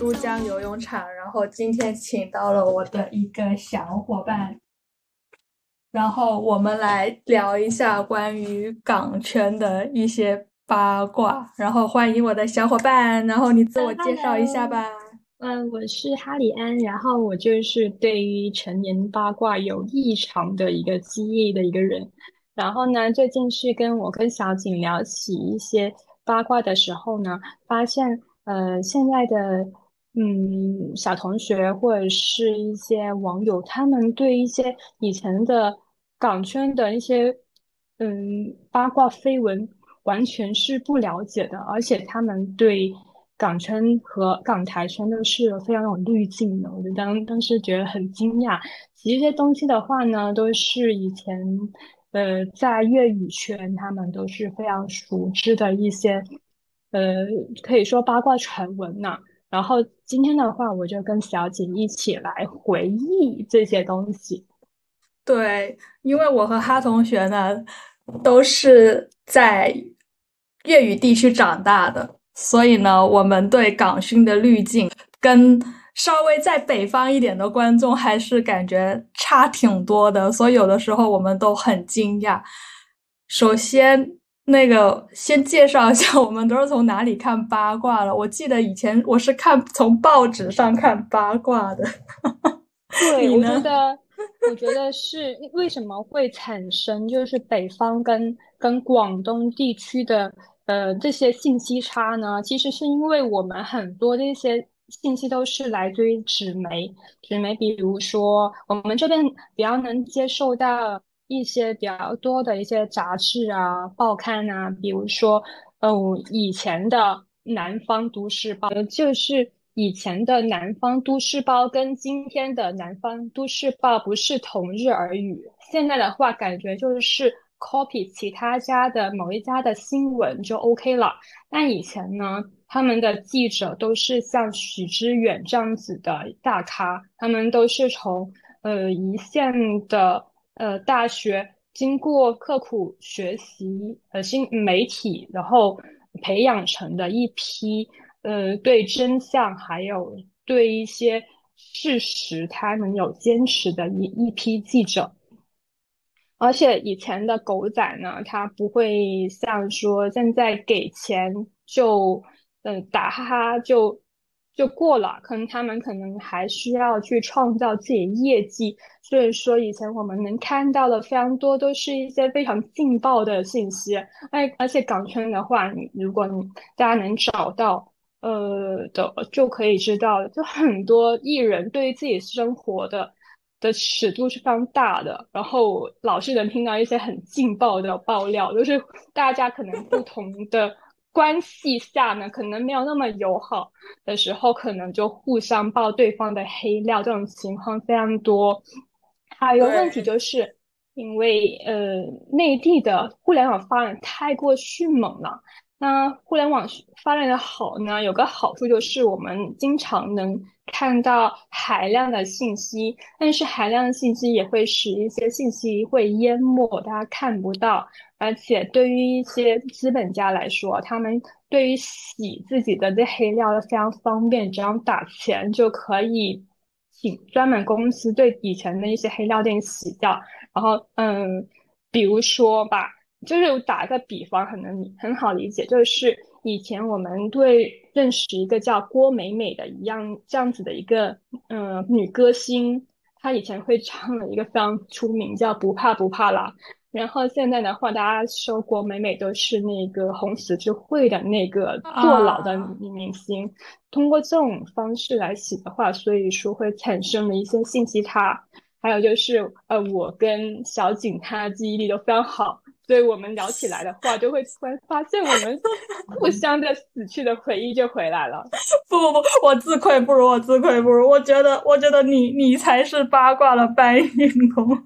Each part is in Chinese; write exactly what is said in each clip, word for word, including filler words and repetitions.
珠江游泳场，然后今天请到了我的一个小伙伴，然后我们来聊一下关于港圈的一些八卦。然后欢迎我的小伙伴，然后你自我嗯介绍一下 ，Hello， 吧。 嗯，我是哈里安，然后我就是对于成年八卦有异常的一个记忆的一个人。然后呢，最近是跟我跟小景聊起一些八卦的时候呢，发现呃现在的嗯小同学或者是一些网友，他们对一些以前的港圈的一些嗯八卦绯闻。完全是不了解的，而且他们对港圈和港台圈都是非常有滤镜的。我就当当时觉得很惊讶。其实这些东西的话呢，都是以前呃在粤语圈他们都是非常熟知的一些呃可以说八卦传闻呢。然后今天的话，我就跟小姐一起来回忆这些东西。 对，因为我和哈同学呢都是在粤语地区长大的，所以呢，我们对港讯的滤镜跟稍微在北方一点的观众还是感觉差挺多的，所以有的时候我们都很惊讶。首先，那个先介绍一下我们都是从哪里看八卦的。我记得以前我是看从报纸上看八卦的， 对，我觉你呢？ 得，我觉得是为什么会产生就是北方跟跟广东地区的呃这些信息差呢？其实是因为我们很多的一些信息都是来自于纸媒，纸媒比如说我们这边比较能接受到一些比较多的一些杂志啊、报刊啊，比如说呃以前的南方都市报。呃，就是以前的南方都市报跟今天的南方都市报不是同日而语。现在的话，感觉就是 copy 其他家的某一家的新闻就 OK 了。但以前呢，他们的记者都是像许知远这样子的大咖，他们都是从呃一线的呃大学经过刻苦学习呃新媒体，然后培养成的一批呃对真相还有对一些事实他们有坚持的一一批记者。而且以前的狗仔呢，他不会像说现在给钱就，嗯、打哈哈就就过了，可能他们可能还需要去创造自己的业绩。所以说，以前我们能看到的非常多都是一些非常劲爆的信息。哎，而且港圈的话，你如果你大家能找到。呃的就可以知道，就很多艺人对于自己生活的的尺度是非常大的，然后老是能听到一些很劲爆的爆料，就是大家可能不同的关系下呢，可能没有那么友好的时候，可能就互相爆对方的黑料，这种情况非常多。还有一个问题对， 就是，因为呃内地的互联网发展太过迅猛了。那互联网发展的好呢，有个好处就是我们经常能看到海量的信息，但是海量的信息也会使一些信息会淹没，大家看不到。而且对于一些资本家来说，他们对于洗自己的这黑料非常方便，只要打钱就可以请专门公司对以前的一些黑料店洗掉。然后，嗯，比如说吧。就是打个比方，可能你很好理解，就是以前我们对认识一个叫郭美美的一样这样子的一个嗯、呃女歌星，她以前会唱了一个非常出名叫《不怕不怕啦》，然后现在的话，大家说郭美美都是那个红十字会的那个坐牢的啊， 女明星，通过这种方式来洗的话，所以说会产生了一些信息差。还有就是，呃，我跟小景她的记忆力都非常好，所以我们聊起来的话，就会突然发现我们互相的死去的回忆就回来了。 不不不，我自愧不如，我自愧不如。我觉得，我觉得你你才是八卦的搬运工。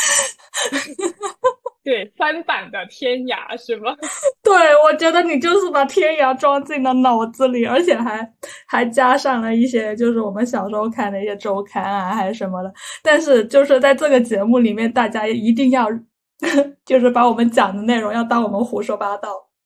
对，翻版的天涯是吗？ 对，我觉得你就是把天涯装进了脑子里，而且还还加上了一些就是我们小时候看的一些周刊啊，还是什么的。但是就是在这个节目里面，大家一定要就是把我们讲的内容要当我们胡说八道。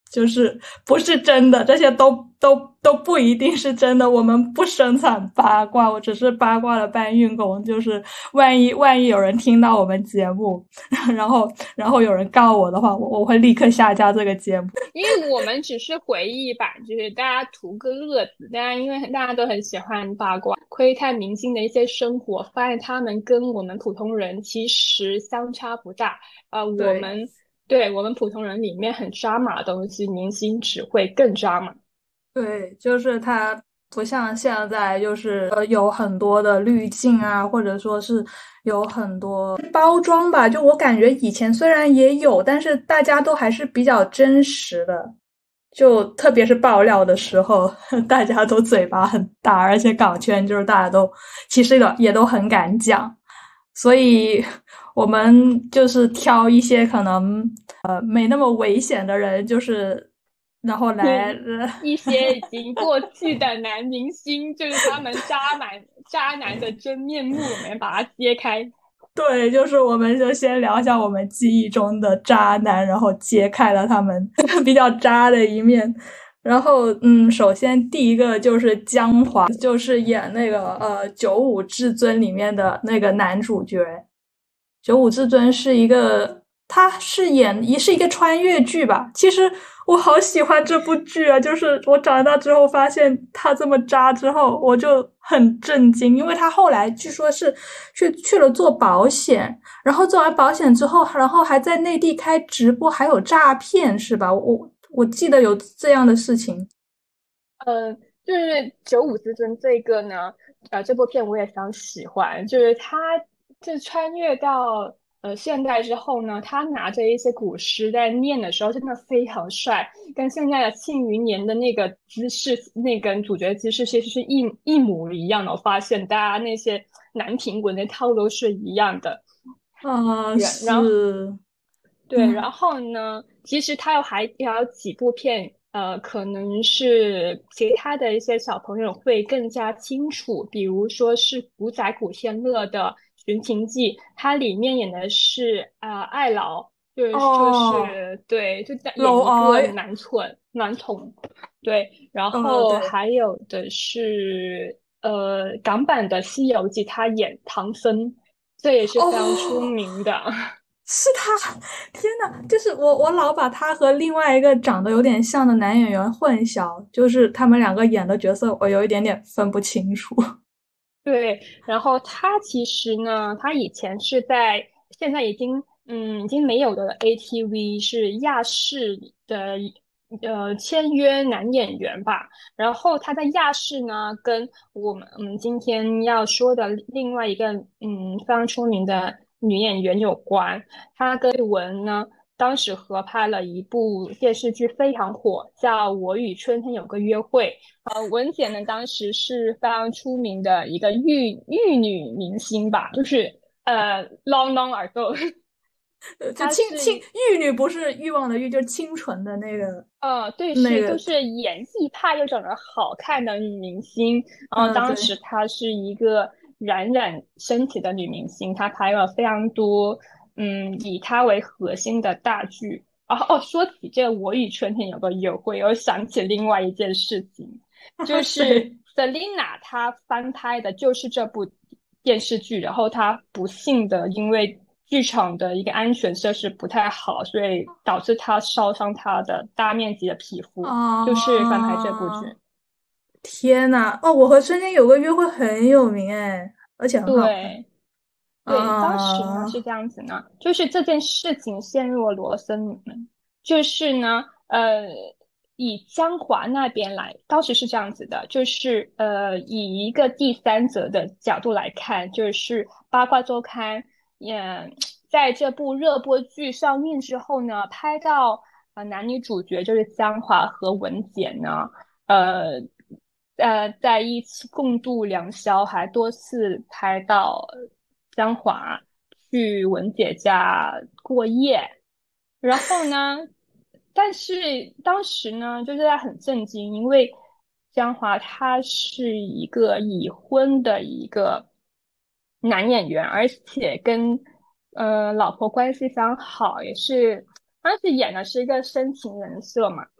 就是不是真的，这些都都都不一定是真的。我们不生产八卦，我只是八卦的搬运工。就是万一万一有人听到我们节目，然后然后有人告我的话，我我会立刻下架这个节目。 因为我们只是回忆吧，就是大家图个乐子，大家因为大家都很喜欢八卦，窥探明星的一些生活，发现他们跟我们普通人其实相差不大。呃，我们对我们普通人里面很抓马的东西，明星只会更抓马。 对，就是它不像现在，就是呃有很多的滤镜啊，或者说是有很多包装吧。就我感觉以前虽然也有，但是大家都还是比较真实的。就特别是爆料的时候，大家都嘴巴很大，而且港圈就是大家都其实也也都很敢讲，所以我们就是挑一些可能呃没那么危险的人，就是然后来。 一些已经过气的男明星，就是他们渣男渣男的真面目，我们把它揭开。 对，就是我们就先聊一下我们记忆中的渣男，然后揭开了他们比较渣的一面。然后，嗯，首先第一个就是江华，就是演那个呃《九五至尊》里面的那个男主角。《九五至尊》是一个，他是演一是一个穿越剧吧。其实我好喜欢这部剧啊！就是我长大之后发现他这么渣之后，我就很震惊，因为他后来据说是去去了做保险，然后做完保险之后，然后还在内地开直播，还有诈骗，是吧？我我记得有这样的事情。 呃，就是《九五之尊》这个呢，呃，这部片我也非常喜欢，就是他就是穿越到呃现代之后呢，他拿着一些古诗在念的时候，真的非常帅，跟现在的庆余年的那个姿势，那个主角姿势其实是一一模一样的。我发现大家那些男频文的套路是一样的。 啊、 然然后是。 对，然后呢，其实他有还还有几部片，呃，可能是其他的一些小朋友会更加清楚，比如说是古仔古天乐的《寻秦记》，它里面演的是啊、呃爱劳，就是就哦， 是对，就在演老一个毐。 男宠男宠，对，然呃， 后对。 还有的是呃港版的《西游记》，他演唐僧，这也是非常出哦， 名的。 是他！天呐，就是我，我老把他和另外一个长得有点像的男演员混淆，就是他们两个演的角色，我有一点点分不清楚。 对，然后他其实呢，他以前是在现在已经嗯已经没有的 A T V 是亚视的呃签约男演员吧。然后他在亚视呢，跟我们我们今天要说的另外一个嗯非常出名的女演员有关。他跟魏文呢，当时合拍了一部电视剧非常火，叫《我与春天有个约会》。呃，文姐呢，当时是非常出名的一个玉玉女明星吧，就是呃，long long ago， 呃就她清清是玉女不是欲望的欲，就是清纯的那个呃，对，是就那个。 是演技派又长得好看的女明星。然后嗯，对。 当时她是一个冉冉升起的女明星，她拍了非常多嗯以她为核心的大剧。然后哦，说起这个《我与春天有个约会》，我又想起另外一件事情，就是对。 Selina 她翻拍的就是这部电视剧，然后她不幸的因为剧场的一个安全设施不太好，所以导致她烧伤她的大面积的皮肤，就是翻拍这部啊， 剧。 天呐，哦，我和春天有个约会很有名哎，而且很好看。 对，对，当时呢是啊。 这样子呢，就是这件事情陷入了罗生门，就是呢，呃，以江华那边来，当时是这样子的，就是呃，以一个第三者的角度来看，就是八卦周刊，也在这部热播剧上映之后呢，拍到呃男女主角就是江华和文简呢，呃。呃，在一起共度良宵，还多次拍到江华去文姐家过夜。然后呢，但是当时呢，就是他很震惊，因为江华他是一个已婚的一个男演员，而且跟呃老婆关系非常好，也是当时演的是一个深情人设嘛。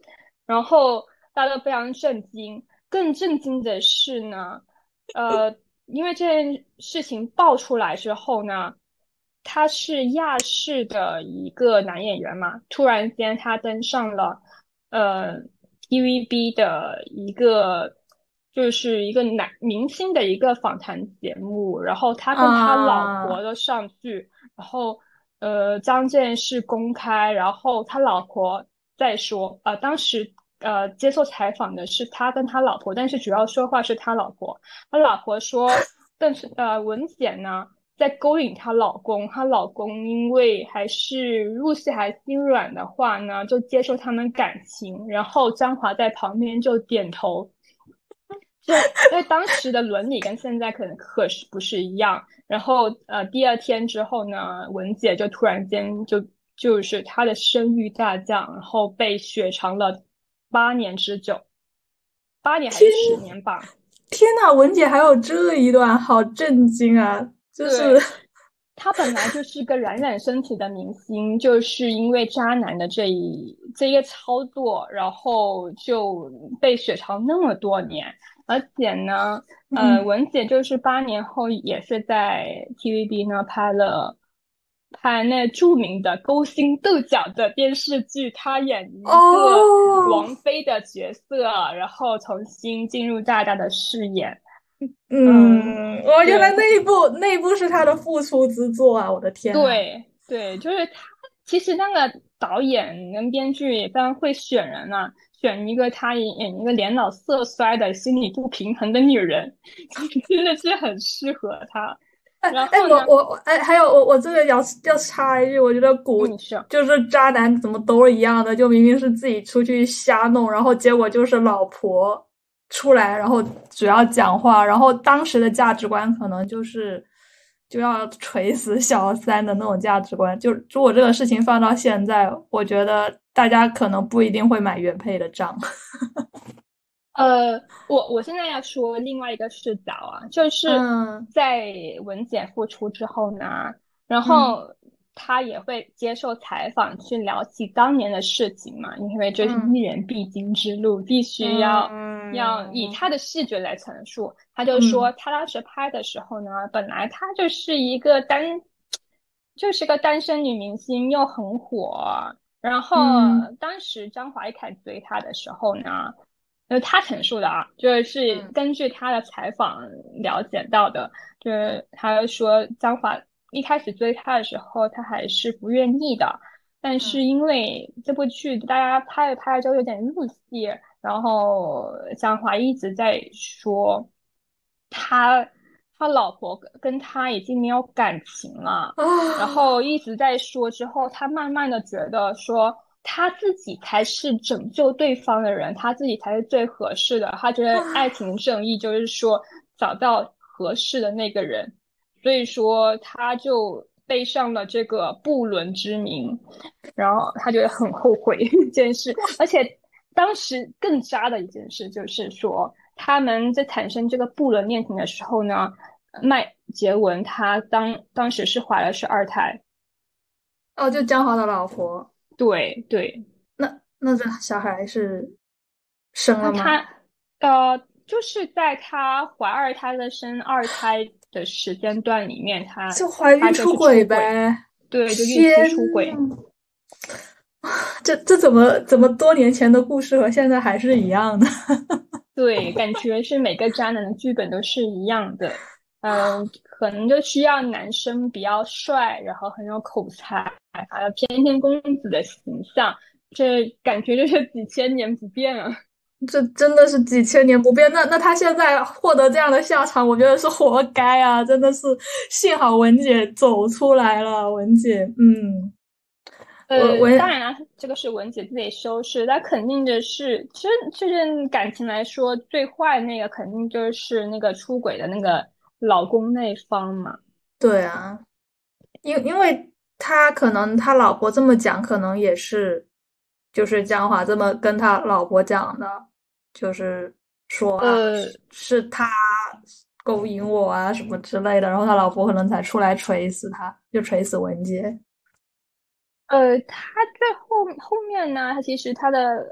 然后大家都非常震惊。更震惊的是呢，呃，因为这件事情爆出来之后呢，他是亚视的一个男演员嘛，突然间他登上了呃 T V B 的一个就是一个男明星的一个访谈节目，然后他跟他老啊， 婆都上去，然后呃将这件事公开，然后他老婆再说，呃当时呃接受采访的是他跟他老婆，但是主要说话是他老婆，他老婆说，但是呃文姐呢，在勾引她老公，她老公因为还是入戏还心软的话呢，就接受他们感情，然后张华在旁边就点头。就因为当时的伦理跟现在可能可是不是一样，然后呃第二天之后呢，文姐就突然间就就是她的声誉大降，然后被雪藏了八年之久，八年还是十年吧。 天呐，文姐还有这一段，好震惊啊！就是对，他本来就是个冉冉升起的明星，就是因为渣男的这一这一个操作，然后就被雪藏那么多年。而且呢，呃， 嗯， 文姐就是八年后也是在 T V B 呢拍了拍那著名的勾心斗角的电视剧，她演一个哦， 王妃的角色，然后重新进入大家的视野。嗯， 嗯，哦，原来对， 那一部那一部是他的复出之作啊！我的天啊， 对对，就是他。其实那个导演跟编剧也非常会选人啊，选一个他演一个年老色衰的、心理不平衡的女人，真的是很适合他。 哎哎， 然后呢， 我我我哎，还有我我这个要要插一句，我觉得古你说， 就是渣男怎么都是一样的，就明明是自己出去瞎弄，然后结果就是老婆出来，然后主要讲话，然后当时的价值观可能就是就要锤死小三的那种价值观。就如果这个事情放到现在，我觉得大家可能不一定会买原配的账。 呃，我我现在要说另外一个视角啊，就是嗯在文姐复出之后呢，然嗯后她也会接受采访去聊起当年的事情嘛，因为这是嗯艺人必经之路，必须要要以嗯她的视觉来陈述。她就说， 嗯她当时拍的时候呢，本来她就是一个单，就是个单身女明星，又很火。然后嗯当时张怀凯追她的时候呢。就是他陈述的啊，就是嗯根据他的采访了解到的，就是他说张华一开始追他的时候，他还是不愿意的，但是嗯因为这部剧大家拍着拍着就有点入戏，然后张华一直在说他他老婆跟跟他已经没有感情了，然啊。 后一直在说之后，他慢慢的觉得说他自己才是拯救对方的人，他自己才是最合适的。他觉得爱情正义就是说找到合适的那个人，所以说他就背上了这个不伦之名，然后他觉得很后悔这件事，而且当时更渣的一件事就是说，他们在产生这个不伦恋情的时候呢。麦洁文她当当时是怀了是二胎， 哦，就江华的老婆， 对对， 那那这小孩是生了吗？ 那她呃就是在她怀二胎的生二胎的时间段里面，她就怀孕她就是出轨出轨， 呗！ 对，就孕期天出轨， 呐，这这怎么怎么多年前的故事和现在还是一样的？ 对，感觉是每个渣男的剧本都是一样的，嗯、可能就需要男生比较帅，然后很有口才，还有翩翩公子的形象，这感觉就是几千年不变啊。 这真的是几千年不变。那那他现在获得这样的下场，我觉得是活该啊！真的是，幸好文姐走出来了。文姐，嗯，我呃， 我当然了，这个是文姐自己修饰，那肯定的是，其实这段感情来说，最坏那个肯定就是那个出轨的那个老公那一方嘛。 对啊，因因为他可能他老婆这么讲，可能也是就是江华这么跟他老婆讲的，就是说啊， 呃是是他勾引我啊什么之类的，然后他老婆可能才出来锤死他，就锤死文杰。 呃，他在后后面呢，他其实他的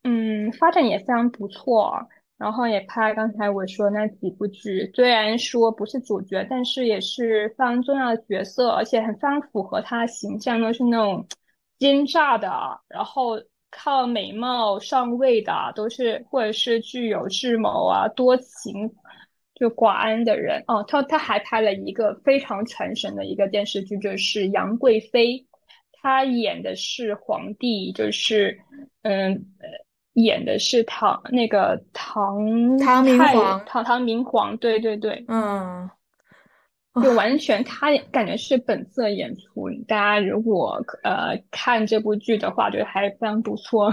嗯，发展也非常不错，然后也拍刚才我说那几部剧，虽然说不是主角，但是也是非常重要的角色，而且很非常符合他的形象，都是那种奸诈的，然后靠美貌上位的，都是或者是具有智谋啊、多情就寡恩的人。哦，他他还拍了一个非常传神的一个电视剧，就是《杨贵妃》，他演的是皇帝，就是嗯。演的是唐那个唐唐明太皇， 唐唐明皇，对对对， 嗯， 就啊， 完全他感觉是本色演出。大家如果呃看这部剧的话，就还非常不错。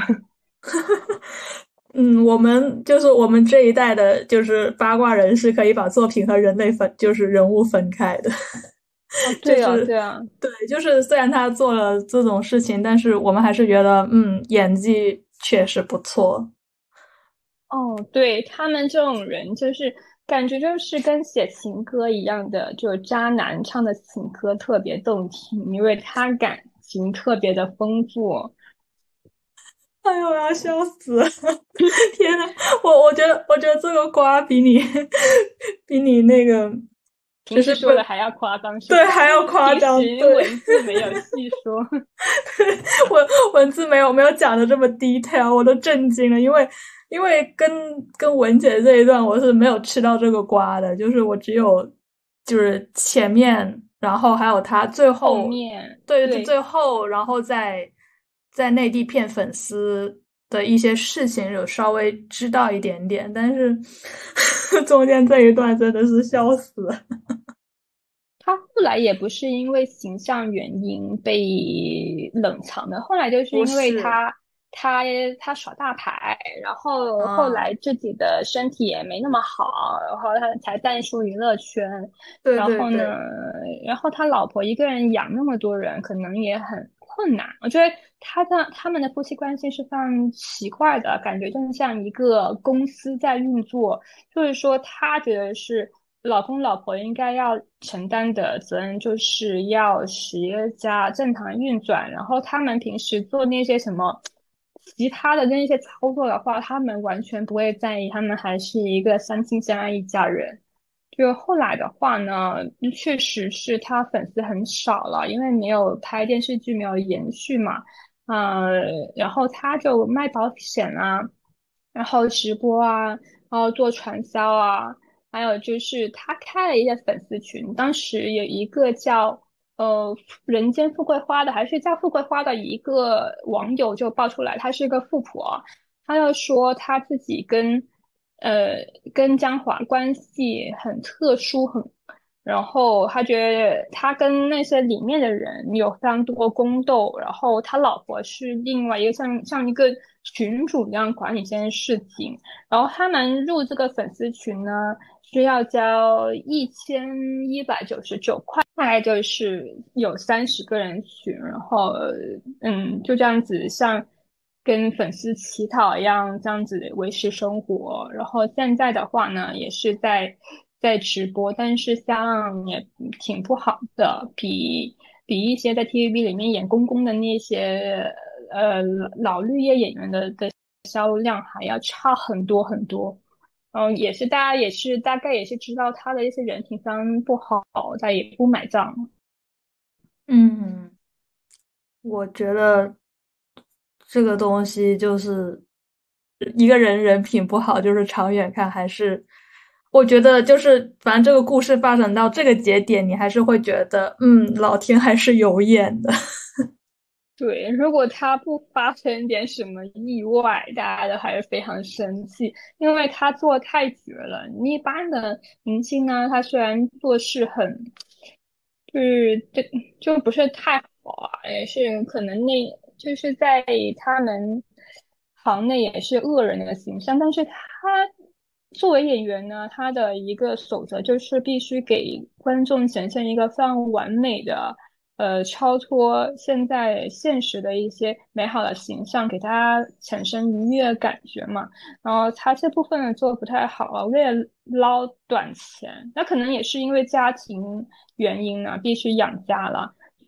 嗯，我们就是我们这一代的，就是八卦人是可以把作品和人类分，就是人物分开的。 哦，对啊， 就是对啊， 对，就是虽然他做了这种事情，但是我们还是觉得，嗯，演技确实不错。 哦，对，他们这种人就是感觉就是跟写情歌一样的，就是渣男唱的情歌特别动听，因为他感情特别的丰富。 哎呦，我要笑死了！天呐，我我觉得，我觉得这个瓜比你比你那个， 平时就是不说的还要夸张是对吧？ 还要夸平张。对， 时文字没有细说。 文文字没有没有讲的这么 detail，我都震惊了，因为因为跟跟文姐这一段我是没有吃到这个瓜的，就是我只有就是前面，然后还有他最后后， 面对对， 对， 最后然后在在内地骗粉丝的一些事情有稍微知道一点点，但是中间这一段真的是笑死了。 他后来也不是因为形象原因被冷藏的，后来就是不因为是， 他他他耍大牌，然后后啊， 来自己的身体也没那么好，然后他才淡出娱乐圈。 对然后呢， 对对， 然后他老婆一个人养那么多人，可能也很困难。我觉得他的他们的夫妻关系是非常奇怪的，感觉就像一个公司在运作，就是说他觉得是。老公老婆应该要承担的责任就是要使业家正常运转，然后他们平时做那些什么其他的那些操作的话，他们完全不会在意，他们还是一个相亲相爱一家人。就后来的话呢，确实是他粉丝很少了，因为没有拍电视剧，没有延续嘛。呃，然后他就卖保险啊，然后直播啊，然后做传销啊。还有就是他开了一个粉丝群，当时有一个叫呃人间富贵花的，还是叫富贵花的一个网友就爆出来，他是一个富婆，他就说他自己跟呃跟江华关系很特殊，很，然后他觉得他跟那些里面的人有非常多宫斗，然后他老婆是另外一个像像一个群主一样管理这件事情。然后他们入这个粉丝群呢，需要交一千一百九十九块，大概就是有三十个人群，然后嗯，就这样子像跟粉丝乞讨一样，这样子维持生活。然后现在的话呢，也是在在直播，但是像也挺不好的，比比一些在 T V B 里面演公公的那些呃老绿叶演员的的销量还要差很多很多。嗯，也是大家也是大概也是知道他的一些人品非常不好，他也不买账。 嗯，我觉得这个东西就是一个人人品不好，就是长远看还是，我觉得就是反正这个故事发展到这个节点，你还是会觉得，嗯，老天还是有眼的。 对，如果他不发生点什么意外，大家都还是非常生气，因为他做得太绝了。你一般的明星呢，他虽然做事很，就是就就不是太好啊，也是可能那就是在他们行内也是恶人的形象，但是他作为演员呢，他的一个守则就是必须给观众呈现一个非常完美的。呃，超脱现在现实的一些美好的形象，给大家产生愉悦的感觉嘛。然后他这部分呢做的不太好啊，为了捞短钱，那可能也是因为家庭原因呢，必须养家了，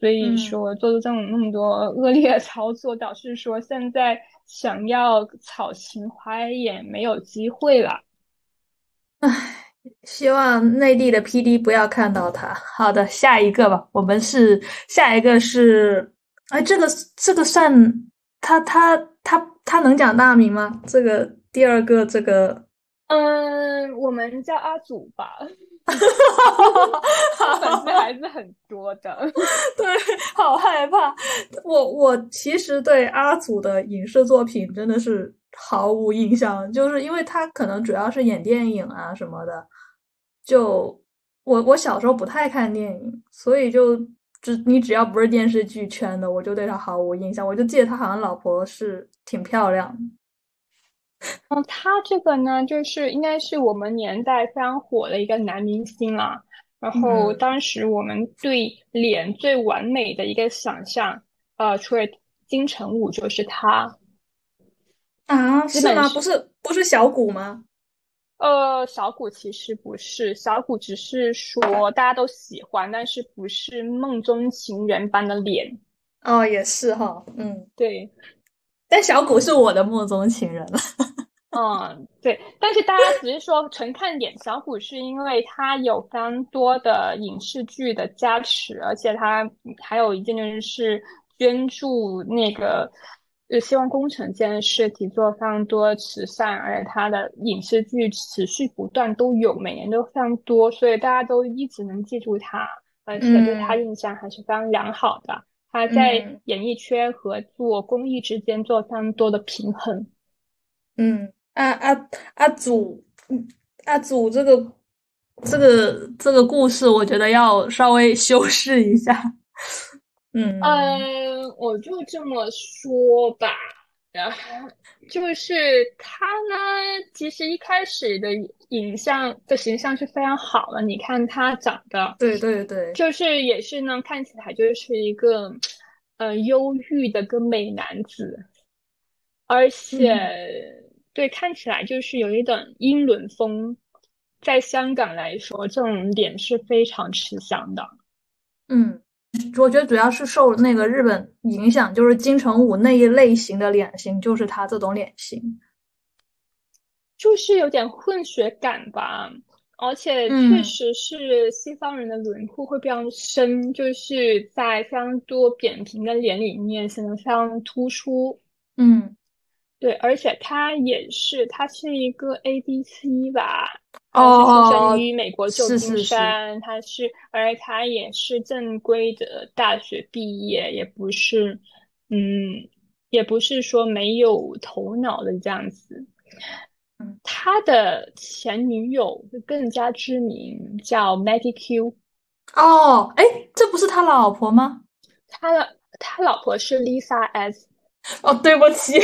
所以嗯， 说做出这种那么多恶劣的操作，导致说现在想要炒情怀也没有机会了。 希望内地的 P D 不要看到他。好的，下一个吧。我们是下一个是，哎，这个这个算他他他他能讲大名吗？这个第二个这个， 嗯，我们叫阿祖吧，他粉丝还是很多的。 对，好害怕。我我其实对阿祖的影视作品真的是毫无印象，就是因为他可能主要是演电影啊什么的。就我我小时候不太看电影，所以就只你只要不是电视剧圈的，我就对他毫无印象。我就记得他好像老婆是挺漂亮的。 嗯，他这个呢，就是应该是我们年代非常火的一个男明星啦。然后嗯当时我们对脸最完美的一个想象，呃，除了金城武就是他， 啊，是吗？不基本是是不是小谷吗？ 呃，小谷其实不是，小谷只是说大家都喜欢，但是不是梦中情人般的脸。 哦，也是哈，嗯， 对， 但小谷是我的梦中情人了。 嗯，对，但是大家只是说纯看脸，小谷是因为他有非常多的影视剧的加持，而且他还有一件就是捐助那个呃希望工程这件事情做非常多慈善，而且他的影视剧持续不断都有，每年都非常多，所以大家都一直能记住他，而且对他嗯印象还是非常良好的。他在嗯演艺圈和做公益之间做非常多的平衡。 嗯，阿阿阿祖，嗯阿祖这个这个这个故事，我觉得要稍微修饰一下。嗯嗯，我就这么说吧，然后就是他呢，其实一开始的影像的形象是非常好的，你看他长得， 对对对， 就是也是呢，看起来就是一个呃忧郁的个美男子，而嗯且对，看起来就是有一点英伦风，在香港来说，这种脸是非常吃香的。 嗯，我觉得主要是受那个日本影响，就是金城武那一类型的脸型，就是他这种脸型。 就是有点混血感吧，而且确嗯实是西方人的轮廓会比较深，就是在非常多扁平的脸里面显得非常突出。 嗯， 对，而且他也是，他是一个 A B C 吧， 哦他是出生哦， 于美国旧是金是是， 山，他是，而他也是正规的大学毕业，也不是，嗯，也不是说没有头脑的这样子。 嗯他的前女友就更加知名，叫 Maggie Q， 哦，哎，这不是他老婆吗？ 他的他老婆是 Lisa S。 哦，对不起，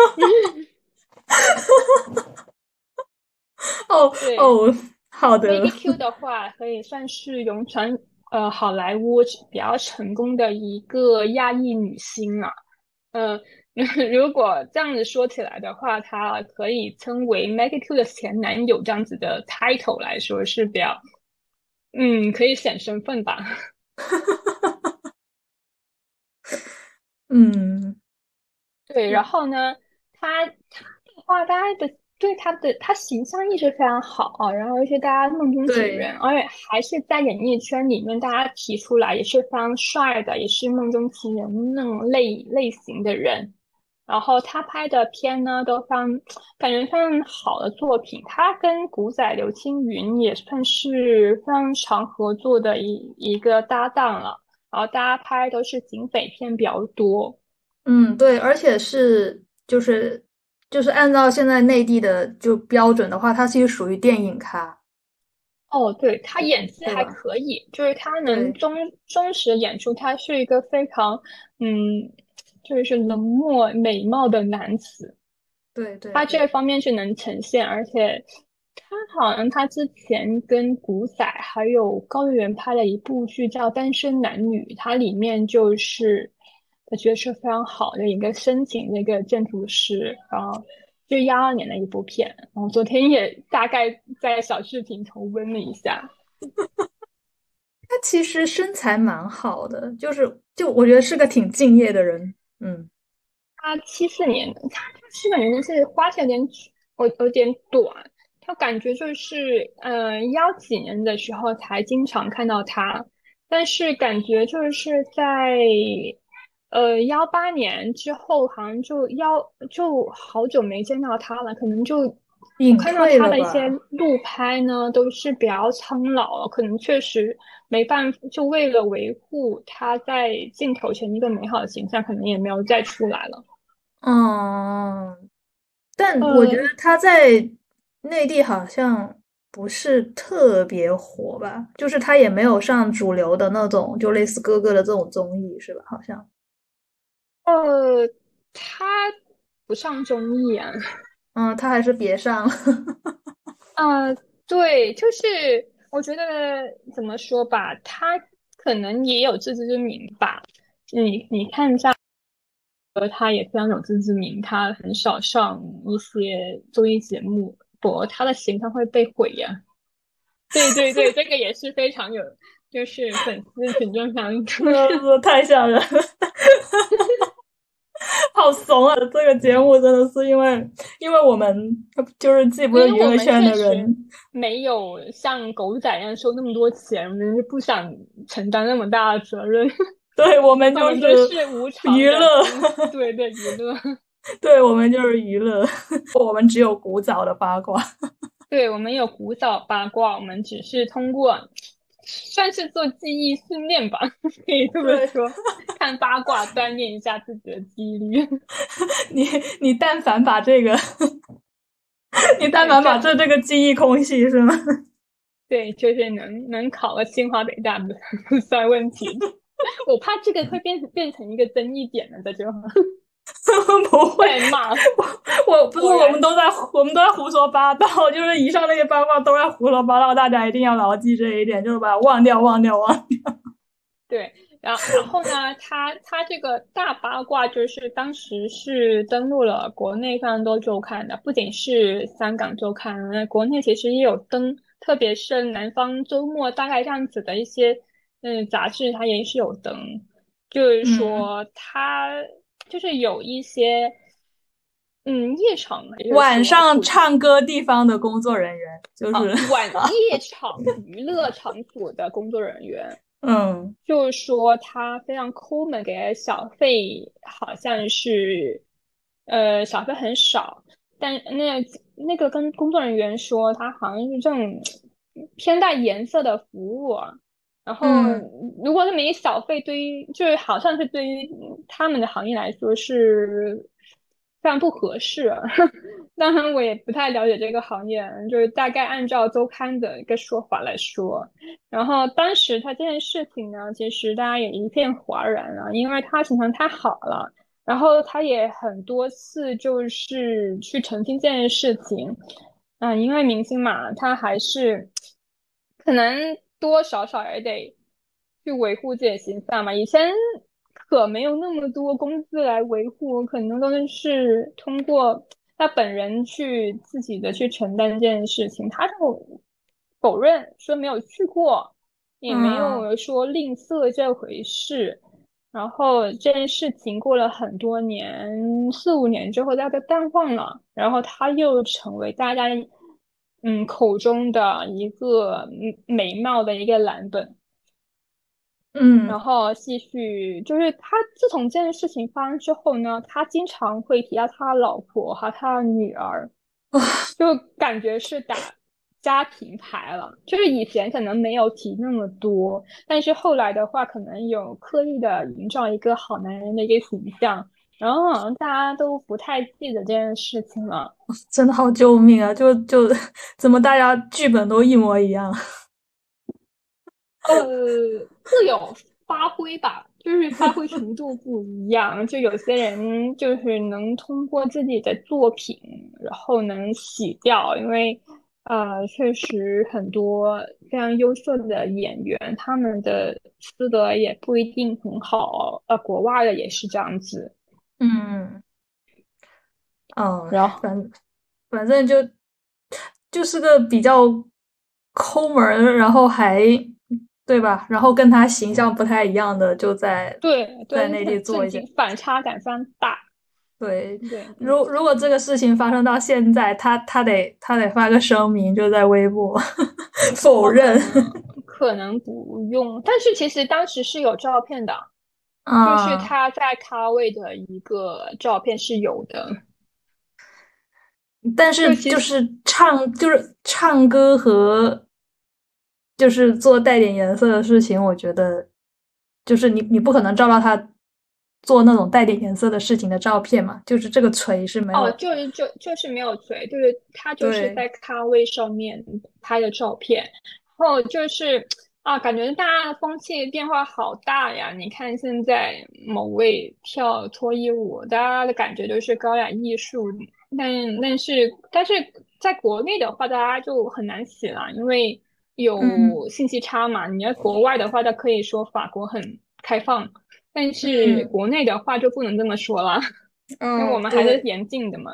哦对哦，好的， ，Maggie Q 的话可以算是永传呃好莱坞比较成功的一个亚裔女星了。嗯、如果这样子说起来的话，她可以称为 Maggie Q 的前男友这样子的 title 来说是比较，嗯，可以显身份吧。 嗯对，然后呢，他他的话，大家的对他的他形象一直非常好啊，然后而且大家梦中情对， 人，而且还是在演艺圈里面，大家提出来也是非常帅的，也是梦中情人那种类类型的人。然后他拍的片呢，都非常感觉非常好的作品。他跟古仔刘青云也算是非常常合作的一一个搭档了。然后大家拍都是警匪片比较多。 嗯对，而且是就是就是按照现在内地的就标准的话，他其实属于电影咖， 哦，对，他演技还对吧？ 可以，就是他能对忠忠实地演出他是一个非常嗯，就是冷漠美貌的男子， 对对他这对， 方面是能呈现，而且他好像他之前跟古仔还有高圆圆拍了一部剧叫《单身男女》，它里面就是的角色非常好的一个深情的一个建筑师，然后就一二年的一部片，然后昨天也大概在小视频重温了一下。 他其实身材蛮好的，就是就我觉得是个挺敬业的人。嗯他七四年的，他七四年的是花期有点有有点短，他感觉就是呃幺几年的时候才经常看到他，但是感觉就是在呃幺八年之后，好像就幺就好久没见到他了，可能就我看到隐退他的一些了吧？ 路拍呢，都是比较苍老了，可能确实没办法，就为了维护他在镜头前一个美好的形象，可能也没有再出来了。 嗯，但我觉得呃， 他在内地好像不是特别火吧，就是他也没有上主流的那种，就类似哥哥的这种综艺，是吧？好像。 呃，他不上综艺啊。 嗯，他还是别上了。 啊，对，就是我觉得怎么说吧，他可能也有自知之明吧。你你看一下，呃，他也非常有自知之明，他很少上一些综艺节目，不，他的形象会被毁呀。对对对，这个也是非常有，就是粉丝群众上出是呃，太吓人了。好怂啊！这个节目真的是因为，因为我们就是既不是娱乐因为我们圈的人。 确实没有像狗仔一样收那么多钱，我们就不想承担那么大的责任。 对，我们我们就是就是无偿娱乐。 的分，对对，娱乐。 对，我们就是娱乐。我们只有古早的八卦。 对，我们有古早八卦，我们只是通过算是做记忆训练吧，可以这么对。 说，看八卦锻炼一下自己的记忆力。 你你但凡把这个，你但对， 凡把这这这个记忆空隙是吗？ 对就是能能考个清华北大不不算问题。我怕这个会变变成一个争议点呢，在这不会。 被骂。 我不是果然， 我们都在我们都在胡说八道，就是以上那些八卦都在胡说八道，大家一定要牢记这一点，就是把它忘掉，忘掉，忘掉。 对，然后然后呢，他他这个大八卦就是当时是登陆了国内非常多周刊的，不仅是香港周刊，那国内其实也有登，特别是南方周末大概这样子的一些嗯杂志，它也是有登，就是嗯， 说他就是有一些嗯夜场，也就是晚说处上唱歌地方的工作人员就啊是。 晚夜场娱乐场所的工作人员。 嗯就是说他非常抠门，给的小费好像是，呃，小费很少，但那那个跟工作人员说，他好像是这种偏带颜色的服务啊，然后嗯如果是没小费，对于就是好像是对于他们的行业来说是非常不合适啊。当然，我也不太了解这个行业，就是大概按照周刊的一个说法来说。然后当时他这件事情呢，其实大家也一片哗然啊，因为他形象太好了，然后他也很多次就是去澄清这件事情。嗯，因为明星嘛，他还是可能多少少也得去维护自己的形象嘛。以前可没有那么多公司来维护，可能都是通过他本人去自己的去承担这件事情。他就否认说没有去过，也没嗯有说吝啬这回事。然后这件事情过了很多年，四五年之后，大家淡忘了，然后他又成为大家嗯口中的一个嗯美貌的一个蓝本。然嗯。 后继续就是他自从这件事情发生之后呢，他经常会提到他老婆和他的女儿，就感觉是打家庭牌了。就是以前可能没有提那么多，但是后来的话，可能有刻意的营造一个好男人的一个形象，然后好像大家都不太记得这件事情了。 真的好救命啊！就就怎么大家剧本都一模一样？ 呃，各有发挥吧，就是发挥程度不一样。就有些人就是能通过自己的作品，然后能洗掉，因为呃，确实很多非常优秀的演员，他们的资德也不一定很好。呃，国外的也是这样子。 嗯。哦， 然后反反正就就是个比较抠门儿，然后还对吧？然后跟他形象不太一样的就在对对， 在内地很做一些。 震惊，反差感非常大。 对， 对，嗯如如果这个事情发生到现在，他他得他得发个声明，就在微博否哦，可认。 能可能不用，但是其实当时是有照片的，就是啊， 他在咖位的一个照片是有的。 但是就其实就是唱就是唱歌和就是做带点颜色的事情，我觉得就是你你不可能照到他做那种带点颜色的事情的照片嘛，就是这个锤是没哦， 有。 就是就就是没有锤，就是他就是对， 在咖位上面拍的照片，然后就是啊，感觉大家的风气变化好大呀！你看现在某位跳脱衣舞，大家的感觉都是高雅艺术，但但是但是在国内的话，大家就很难洗了，因为嗯有信息差嘛。你在国外的话，他可以说法国很开放，但是嗯国内的话就不能这么说了。因为我嗯， 们还是对。 严禁的嘛。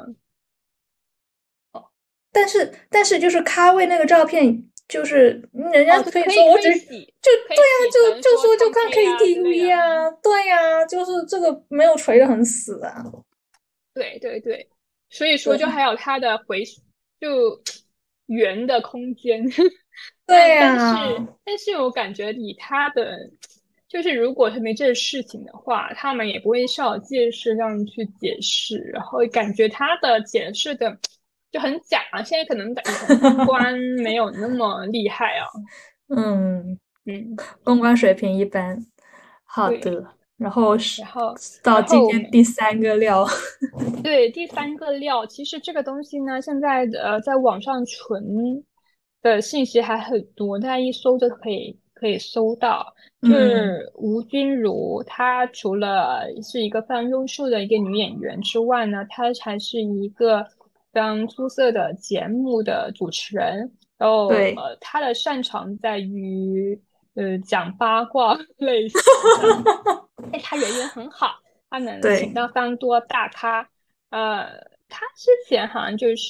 但是但是就是咖位那个照片，就是人家哦，这可以可以可说我只就以洗，可以对呀、 洗就就成说唱说就看 K 啊之类 K T V 的。 啊，对呀、就是这个没有锤的很死啊。 对对对，所以说就对还有它的回就圆的空间。 对但但是呀、 但是我感觉以他的就是如果是没这事情的话，他们也不会照介释这样去解释，然后感觉他的解释的就很假。现在可能以前公关没有那么厉害啊。 嗯， 嗯， 公关水平一般。好对。 的，然后是然后， 到今然后我们天第三个料。 对第三个料，其实这个东西呢，现在呃在网上存的信息还很多，大家一搜就可以可以搜到。就嗯是吴君如，她除了是一个非常优秀的一个女演员之外呢，她还是一个非常出色的节目的主持人。然后对， 呃，她的擅长在于呃讲八卦类型的。哎，他人缘很好，他能请对， 到非常多大咖。呃，他之前好像就是，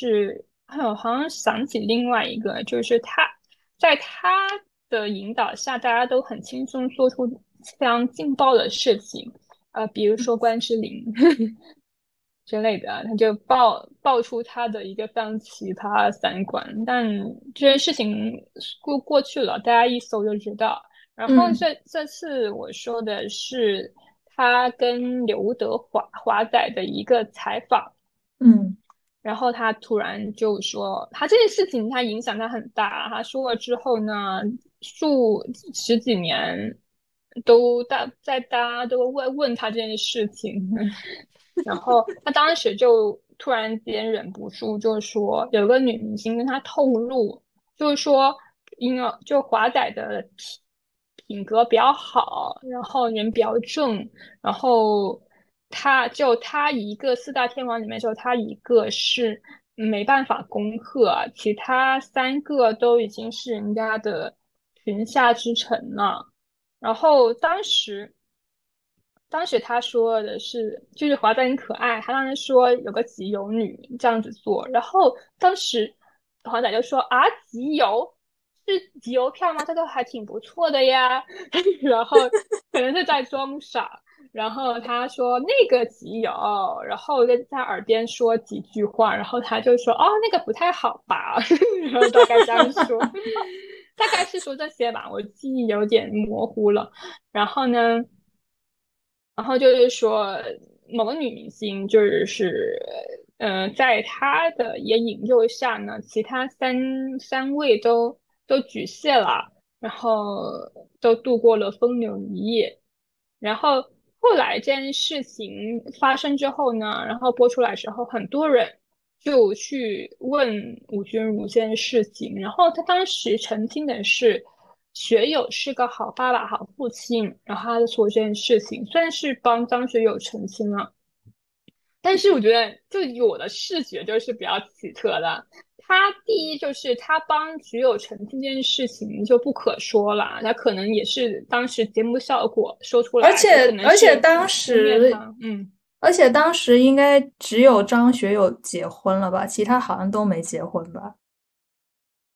哎呦，好像想起另外一个，就是他在他的引导下，大家都很轻松做出非常劲爆的事情。呃，比如说关之琳之类的，他就爆爆出他的一个非常奇葩的三观。但这件事情过过去了，大家一搜就知道。然后嗯这这次我说的是他跟刘德华华仔的一个采访。 嗯然后他突然就说，他这件事情他影响他很大。他说了之后呢，数十几年都大在大家都问问他这件事情。然后他当时就突然间忍不住就说，有个女明星跟他透露，就是说，因为就华仔的品品格比较好，然后人比较正，然后他就他一个四大天王里面，就他一个是没办法攻克，其他三个都已经是人家的群下之臣了。然后当时。当时他说的是，就是华仔很可爱，他当时说有个集邮女这样子做。然后当时华仔就说啊，集邮是集邮票吗？这个还挺不错的呀。然后可能是在装傻。然后他说那个集邮，然后在他耳边说几句话，然后他就说哦，那个不太好吧。然后大概这样说，大概是说这些吧，我记忆有点模糊了。然后呢？然后就是说，某个女明星就是是，呃，在她的也引诱下呢，其他三三位都都举谢了，然后都度过了风流一夜。然后后来这件事情发生之后呢，然后播出来之后，很多人就去问吴君如这件事情，然后他当时澄清的是，学友是个好爸爸、好父亲，然后他就说这件事情，算是帮张学友澄清了。但是我觉得，就我的视觉就是比较奇特的。他第一就是他帮学友澄清这件事情就不可说了，他可能也是当时节目效果说出而来，就可且而且能是当污蔑时， 他。嗯。 而且当时应该只有张学友结婚了吧，其他好像都没结婚吧。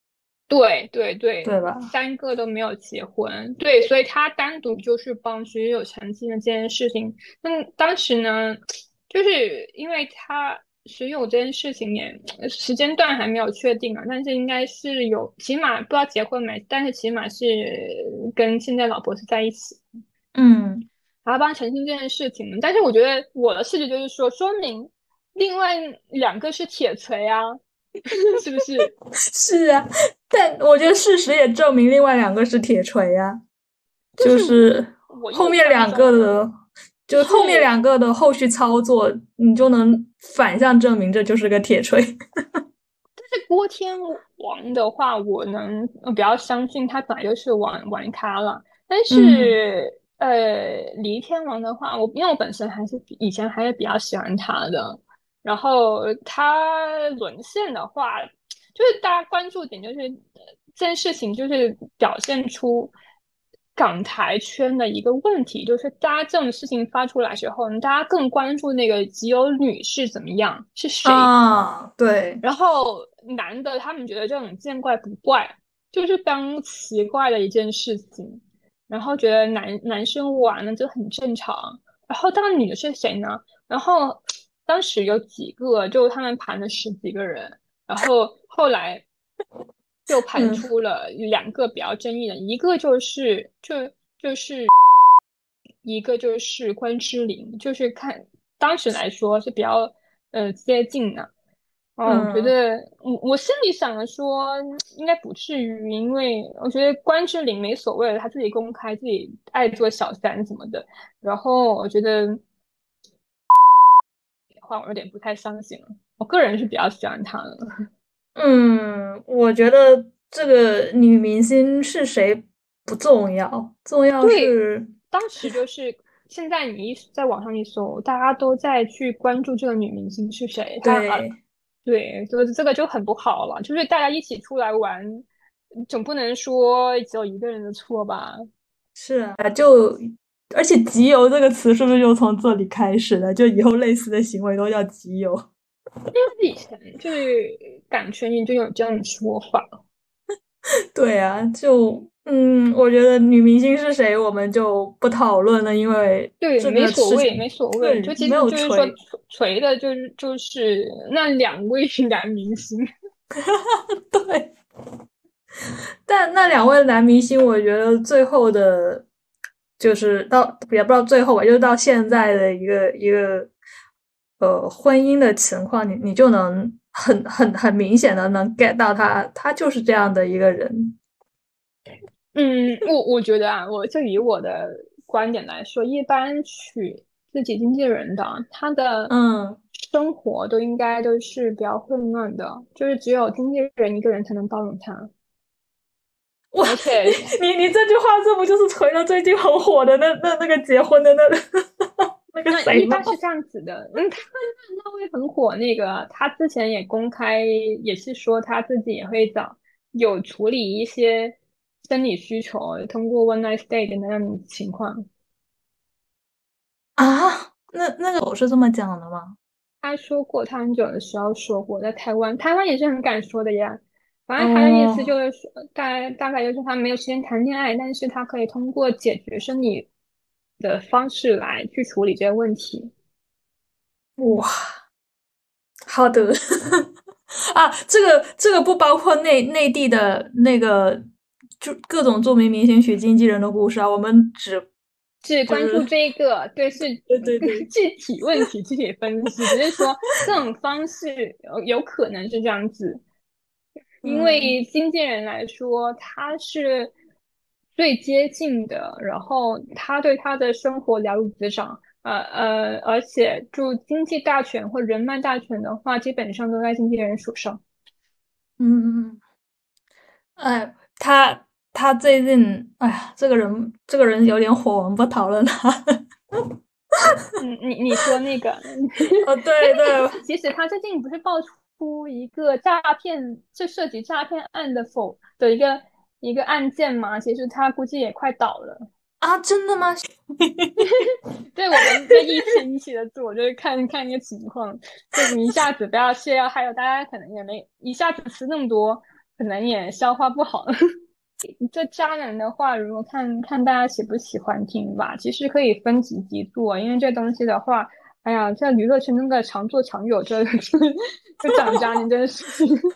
对对对， 对吧？ 三个都没有结婚，对，所以他单独就是帮学友澄清了这件事情。那当时呢，就是因为他学友这件事情也时间段还没有确定啊，但是应该是有，起码不知道结婚没，但是起码是跟现在老婆是在一起， 嗯， 然后帮他澄清这件事情。但是我觉得我的视觉就是说，说明另外两个是铁锤啊，是不是？ 是啊，但我觉得事实也证明另外两个是铁锤啊，就就是是我印后面两个象中。 的，就后面是两个的后续操作，你就能反向证明这就是个铁锤。 是郭天王的话，我能呃比较相信他本来就是玩玩咖了。但嗯是呃，黎天王的话，我因为我本身还是比以前还是比较喜欢他的。然后他沦陷的话，就是大家关注点就是呃这件事情，就是表现出港台圈的一个问题，就是大家这种事情发出来之后，大家更关注那个基友女是怎么样，是谁。 啊，对， 然后男的他们觉得这种见怪不怪，就是非常奇怪的一件事情，然后觉得男男生玩了就很正常。然后当然女的是谁呢？然后当时有几个，就他们盘了十几个人，然后后来就盘嗯出了两个比较争议的，一个就是就就是一个就是关之琳，就是看当时来说是比较呃接近的。哦，我觉嗯得我我心里想着说，应该不至于，因为我觉得关之琳没所谓的，他自己公开自己爱做小三什么的。然后我觉得话我有点不太相信了，我个人是比较喜欢他的。 嗯，我觉得这个女明星是谁不重要，重要对， 是当时就是现在你一在网上一搜，大家都在去关注这个女明星是谁，她啊， 对。 对，就是这个就很不好了，就是大家一起出来玩，总不能说只有一个人的错吧？ 是啊，就而且“集邮”这个词是不是就从这里开始的？就以后类似的行为都叫集邮。 以前就是港圈里就有这种说法， 对啊，就嗯，我觉得女明星是谁我们就不讨论了，因为对， 这没个事情所谓，没所谓， 对没就其实就是说有锤。 锤锤的，就是就是那两位男明星。 对，但那两位男明星，我觉得最后的，就是到也不知道最后吧，就是到现在的一个一个呃婚姻的情况，你你就能很很很明显的能 get 到他，他就是这样的一个人。 嗯，我我觉得啊，我就以我的观点来说，一般娶自己经纪人的，他的嗯， 生活都应该都是比较混乱的，就是只有经纪人一个人才能包容他， 哇， 而且你你你这句话，这不就是锤了最近很火的那那那个结婚的那那个那谁吗？ 一般是这样子的。嗯，他那那位很火那个，他之前也公开也是说他自己也会找有处理一些生理需求，通过 one night stay 的那样的情况。 啊，那那个我是这么讲的吗？ 他说过，他很久的时候说过，在台湾，台湾也是很敢说的呀。反正他的意思哦， 就是说，大概大概就是他没有时间谈恋爱，但是他可以通过解决生理的方式来去处理这些问题。 哇，好的。啊，这个这个不包括内内地的那个，就各种著名明星娶经纪人的故事啊。我们只只关注就是这一个，对，是对对对， 具体问题具体分析，只是说这种方式有有可能是这样子，因嗯为经纪人来说，他是最接近的，然后他对他的生活了如指掌，呃呃，而且就经济大权或人脉大权的话，基本上都在经纪人手上。 嗯，哎，他他最近，哎呀，这个人这个人有点火，我们不讨论他。 嗯，你你说那个， 哦，对对， 其实他最近不是爆出一个诈骗，就涉及诈骗案的否的一个一个案件嘛？其实他估计也快倒了。 啊，真的吗？ 对，我们就一期一期的做，就是看看一个情况，就你一下子不要卸掉，还有大家可能也没一下子吃那么多， 可能也消化不好。这渣男的话，如果看看大家喜不喜欢听吧，其实可以分几集做，因为这东西的话，哎呀，这娱乐圈那个常做常有，这这讲渣男真的是，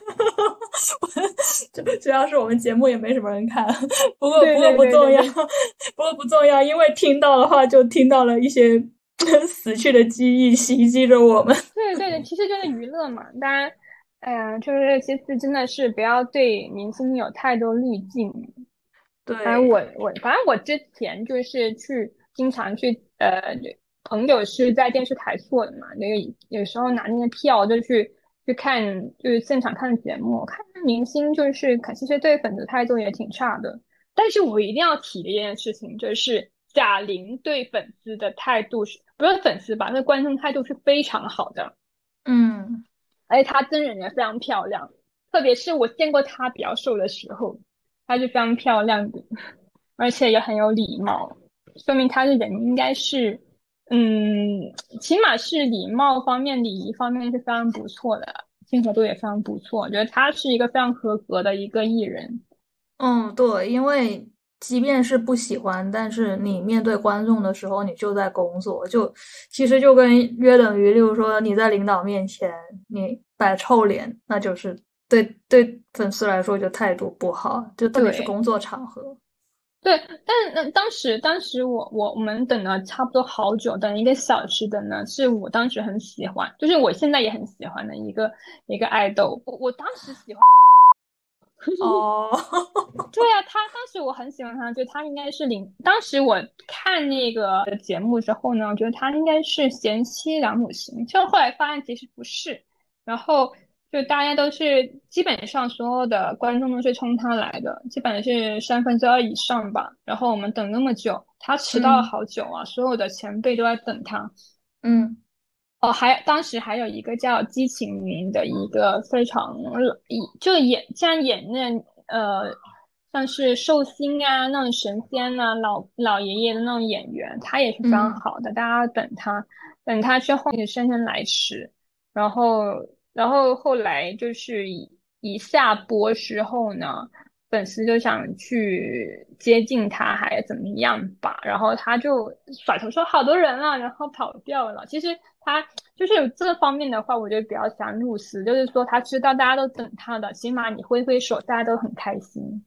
主主要是我们节目也没什么人看，不过不过对对不重要， 对对对不过不重要，因为听到的话就听到了一些死去的记忆袭击着我们。 对对对，其实就是娱乐嘛。当然，哎呀，就是其实真的是不要对明星有太多滤镜。反正对， 我我反正我之前就是去经常去呃，朋友是在电视台做的嘛，那个有时候拿那个票就去去看，就是现场看节目，看明星就是其实对粉丝态度也挺差的。但是我一定要提的一件事情就是贾玲对粉丝的态度是不是粉丝吧，那观众态度是非常好的， 嗯。 而且她真人也非常漂亮，特别是我见过她比较瘦的时候，她是非常漂亮的。而且也很有礼貌，说明他的人应该是，嗯，起码是礼貌方面、礼仪方面是非常不错的，亲和度也非常不错。我觉得他是一个非常合格的一个艺人。 嗯，对，因为即便是不喜欢，但是你面对观众的时候，你就在工作，就其实就跟约等于，例如说你在领导面前你摆臭脸，那就是对对粉丝来说就态度不好，就特别是对工作场合。 对，但那当时当时我我我们等了差不多好久，等一个小时的呢，是我当时很喜欢，就是我现在也很喜欢的一个一个爱豆。我我当时喜欢。 哦， 对啊，他当时我很喜欢他，就他应该是领。当时我看那个节目之后呢，我觉得他应该是贤妻良母型，就后来发现其实不是。然后就大家都是基本上所有的观众都是冲他来的，基本是三分之二以上吧。然后我们等那么久，他迟到了嗯好久啊，所有的前辈都在等他。 嗯哦，还当时还有一个叫姬晴云的一个非常一就演像演那呃像是寿星啊那种神仙啊老老爷爷的那种演员，他也是非常嗯好的，大家等他等他之后也姗姗来迟，然后然后后来就是一一下播之后呢。粉丝就想去接近他，还怎么样吧？然后他就甩头说好多人了，然后跑掉了。其实他就是有这方面的话，我觉得比较想入丝，就是说他知道大家都等他的，起码你挥挥手，大家都很开心。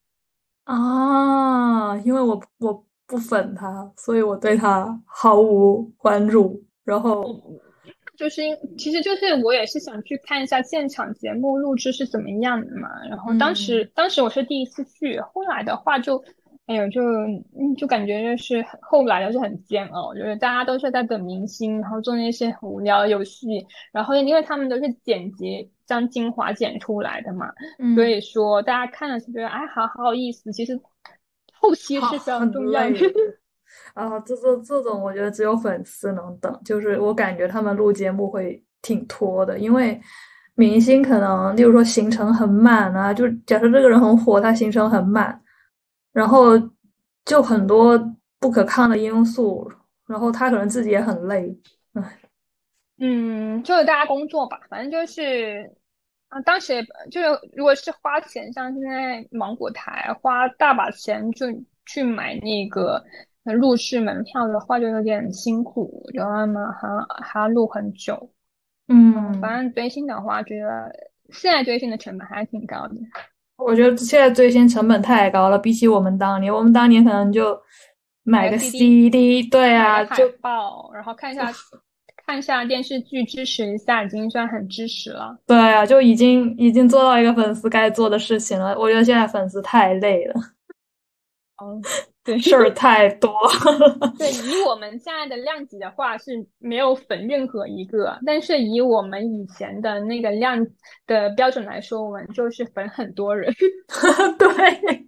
啊，因为我我不粉他，所以我对他毫无关注。然后， 就是因，其实就是我也是想去看一下现场节目录制是怎么样的嘛。然后当时嗯当时我是第一次去，后来的话就，哎呦就嗯就感觉就是很后来就是很煎熬，就是大家都是在等明星，然后做那些很无聊的游戏，然后因为他们都是剪辑将精华剪出来的嘛，所嗯， 以说大家看了是觉得哎好好有意思，其实后期好， 是非常很重要的。 累的。啊，这这这种我觉得只有粉丝能等，就是我感觉他们录节目会挺拖的，因为明星可能，例如说行程很满啊，就假设这个人很火，他行程很满，然后就很多不可抗的因素，然后他可能自己也很累，唉， 嗯，就是大家工作吧，反正就是啊，当时也就是如果是花钱，像现在芒果台花大把钱就去买那个呃入室门票的话，就有点辛苦，就他们还还要录很久。嗯，反嗯。 正追星的话，觉得现在追星的成本还挺高的， 我觉得现在追星成本太高了，比起我们当年，我们当年可能就买买个个 C D， C D，对啊， 买个海就报，然后看一下看一下电视剧，支持一下，已经算很支持了。 对啊，就已经已经做到一个粉丝该做的事情了。我觉得现在粉丝太累了， 嗯，对。 事儿太多。 对，以我们现在的量级的话是没有粉任何一个，但是以我们以前的那个量的标准来说，我们就是粉很多人。 对，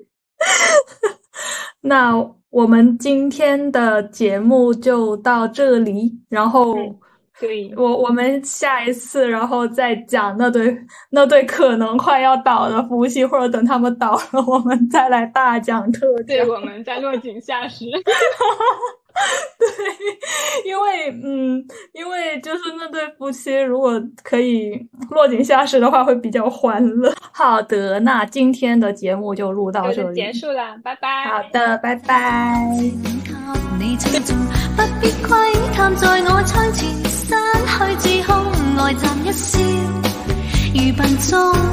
那我们今天的节目就到这里，然后嗯，对， 我我们下一次，然后再讲那对那对可能快要倒的夫妻，或者等他们倒了，我们再来大讲特讲。 对，我们在落井下石。 对，因为嗯，因为就是那对夫妻如果可以落井下石的话，会比较欢乐。好的，那今天的节目就录到这里， 就结束啦，拜拜。 好的，拜拜。 你唱頌，不必窺探在我窗前，散去自控，呆站一笑，如笨鐘。